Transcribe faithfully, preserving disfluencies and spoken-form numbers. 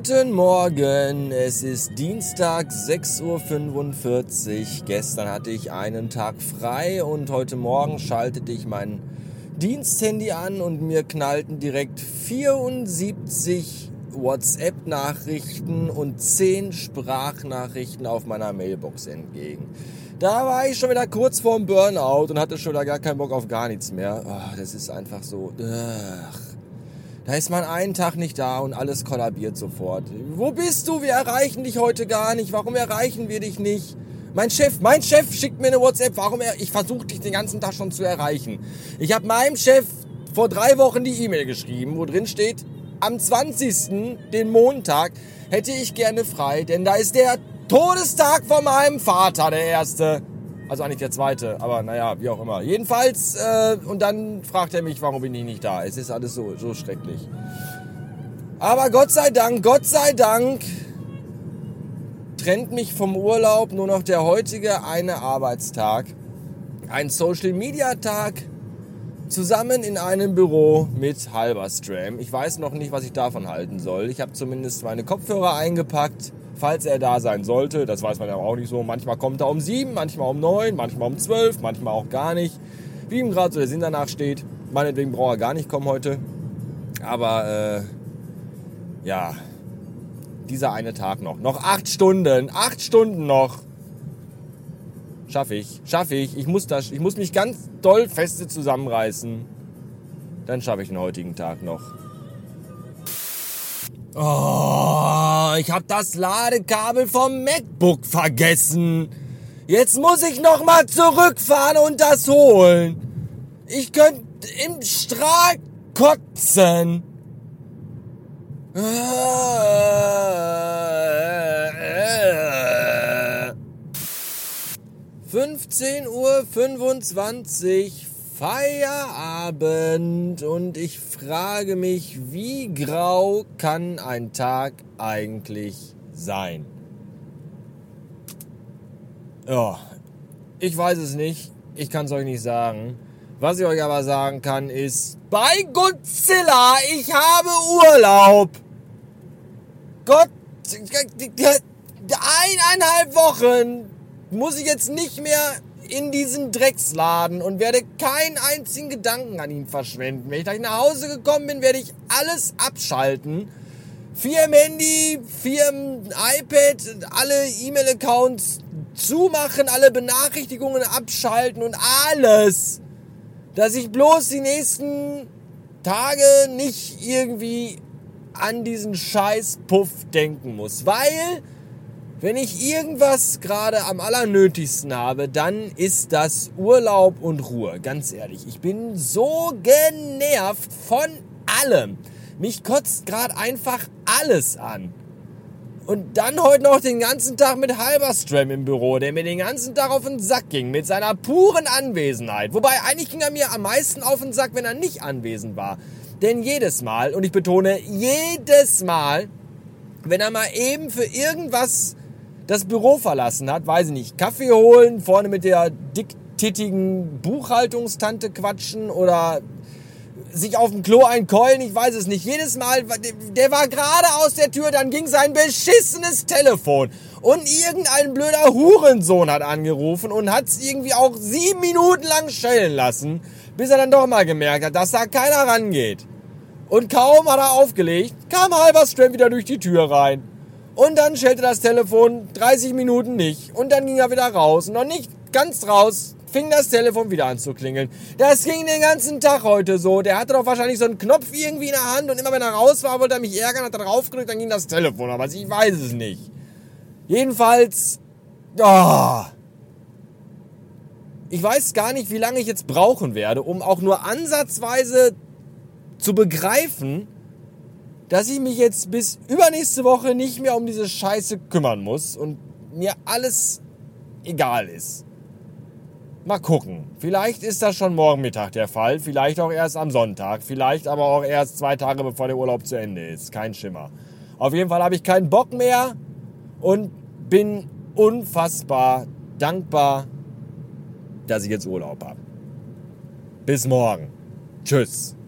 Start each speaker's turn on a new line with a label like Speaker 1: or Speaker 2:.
Speaker 1: Guten Morgen, es ist Dienstag, sechs Uhr fünfundvierzig. Gestern hatte ich einen Tag frei und heute Morgen schaltete ich mein Diensthandy an und mir knallten direkt vierundsiebzig WhatsApp-Nachrichten und zehn Sprachnachrichten auf meiner Mailbox entgegen. Da war ich schon wieder kurz vorm Burnout und hatte schon wieder gar keinen Bock auf gar nichts mehr. Oh, das ist einfach so... Ugh. Da ist man einen Tag nicht da und alles kollabiert sofort. Wo bist du? Wir erreichen dich heute gar nicht. Warum erreichen wir dich nicht? Mein Chef, mein Chef schickt mir eine WhatsApp. Warum er? Ich versuche dich den ganzen Tag schon zu erreichen. Ich habe meinem Chef vor drei Wochen die E-Mail geschrieben, wo drin steht, am zwanzigsten, den Montag, hätte ich gerne frei, denn da ist der Todestag von meinem Vater, der erste. Also eigentlich der zweite, aber naja, wie auch immer. Jedenfalls, äh, und dann fragt er mich, warum bin ich nicht da. Es ist alles so, so schrecklich. Aber Gott sei Dank, Gott sei Dank, trennt mich vom Urlaub nur noch der heutige eine Arbeitstag. Ein Social-Media-Tag zusammen in einem Büro mit Halberstram. Ich weiß noch nicht, was ich davon halten soll. Ich habe zumindest meine Kopfhörer eingepackt, falls er da sein sollte. Das weiß man ja auch nicht so. Manchmal kommt er um sieben, manchmal um neun, manchmal um zwölf, manchmal auch gar nicht. Wie ihm gerade so der Sinn danach steht. Meinetwegen braucht er gar nicht kommen heute. Aber, äh, ja, dieser eine Tag noch. Noch acht Stunden. Acht Stunden noch. Schaffe ich. Schaffe ich. Ich muss, das, ich muss mich ganz doll feste zusammenreißen. Dann schaffe ich den heutigen Tag noch. Oh, ich habe das Ladekabel vom MacBook vergessen. Jetzt muss ich noch mal zurückfahren und das holen. Ich könnte im Strahl kotzen. fünfzehn Uhr fünfundzwanzig, Feierabend, und ich frage mich, wie grau kann ein Tag eigentlich sein? Ja, ich weiß es nicht, ich kann es euch nicht sagen. Was ich euch aber sagen kann ist, bei Godzilla, ich habe Urlaub. Gott, eineinhalb Wochen muss ich jetzt nicht mehr in diesen Drecksladen und werde keinen einzigen Gedanken an ihn verschwenden. Wenn ich gleich nach Hause gekommen bin, werde ich alles abschalten. Vier im Handy, vier im iPad, alle E-Mail-Accounts zumachen, alle Benachrichtigungen abschalten und alles, dass ich bloß die nächsten Tage nicht irgendwie an diesen scheiß Puff denken muss. Weil, wenn ich irgendwas gerade am allernötigsten habe, dann ist das Urlaub und Ruhe. Ganz ehrlich, ich bin so genervt von allem. Mich kotzt gerade einfach alles an. Und dann heute noch den ganzen Tag mit Halberstram im Büro, der mir den ganzen Tag auf den Sack ging, mit seiner puren Anwesenheit. Wobei, eigentlich ging er mir am meisten auf den Sack, wenn er nicht anwesend war. Denn jedes Mal, und ich betone, jedes Mal, wenn er mal eben für irgendwas das Büro verlassen hat, weiß ich nicht, Kaffee holen, vorne mit der dicktittigen Buchhaltungstante quatschen oder sich auf dem Klo einkeulen, ich weiß es nicht. Jedes Mal, der war gerade aus der Tür, dann ging sein beschissenes Telefon und irgendein blöder Hurensohn hat angerufen und hat es irgendwie auch sieben Minuten lang schellen lassen, bis er dann doch mal gemerkt hat, dass da keiner rangeht. Und kaum hat er aufgelegt, kam Halberstram wieder durch die Tür rein. Und dann schellte das Telefon dreißig Minuten nicht. Und dann ging er wieder raus. Und noch nicht ganz raus, fing das Telefon wieder an zu klingeln. Das ging den ganzen Tag heute so. Der hatte doch wahrscheinlich so einen Knopf irgendwie in der Hand. Und immer wenn er raus war, wollte er mich ärgern, hat er drauf gedrückt, dann ging das Telefon. Aber ich weiß es nicht. Jedenfalls, oh, ich weiß gar nicht, wie lange ich jetzt brauchen werde, um auch nur ansatzweise zu begreifen, dass ich mich jetzt bis übernächste Woche nicht mehr um diese Scheiße kümmern muss und mir alles egal ist. Mal gucken. Vielleicht ist das schon morgen Mittag der Fall, vielleicht auch erst am Sonntag, vielleicht aber auch erst zwei Tage bevor der Urlaub zu Ende ist. Kein Schimmer. Auf jeden Fall habe ich keinen Bock mehr und bin unfassbar dankbar, dass ich jetzt Urlaub habe. Bis morgen. Tschüss.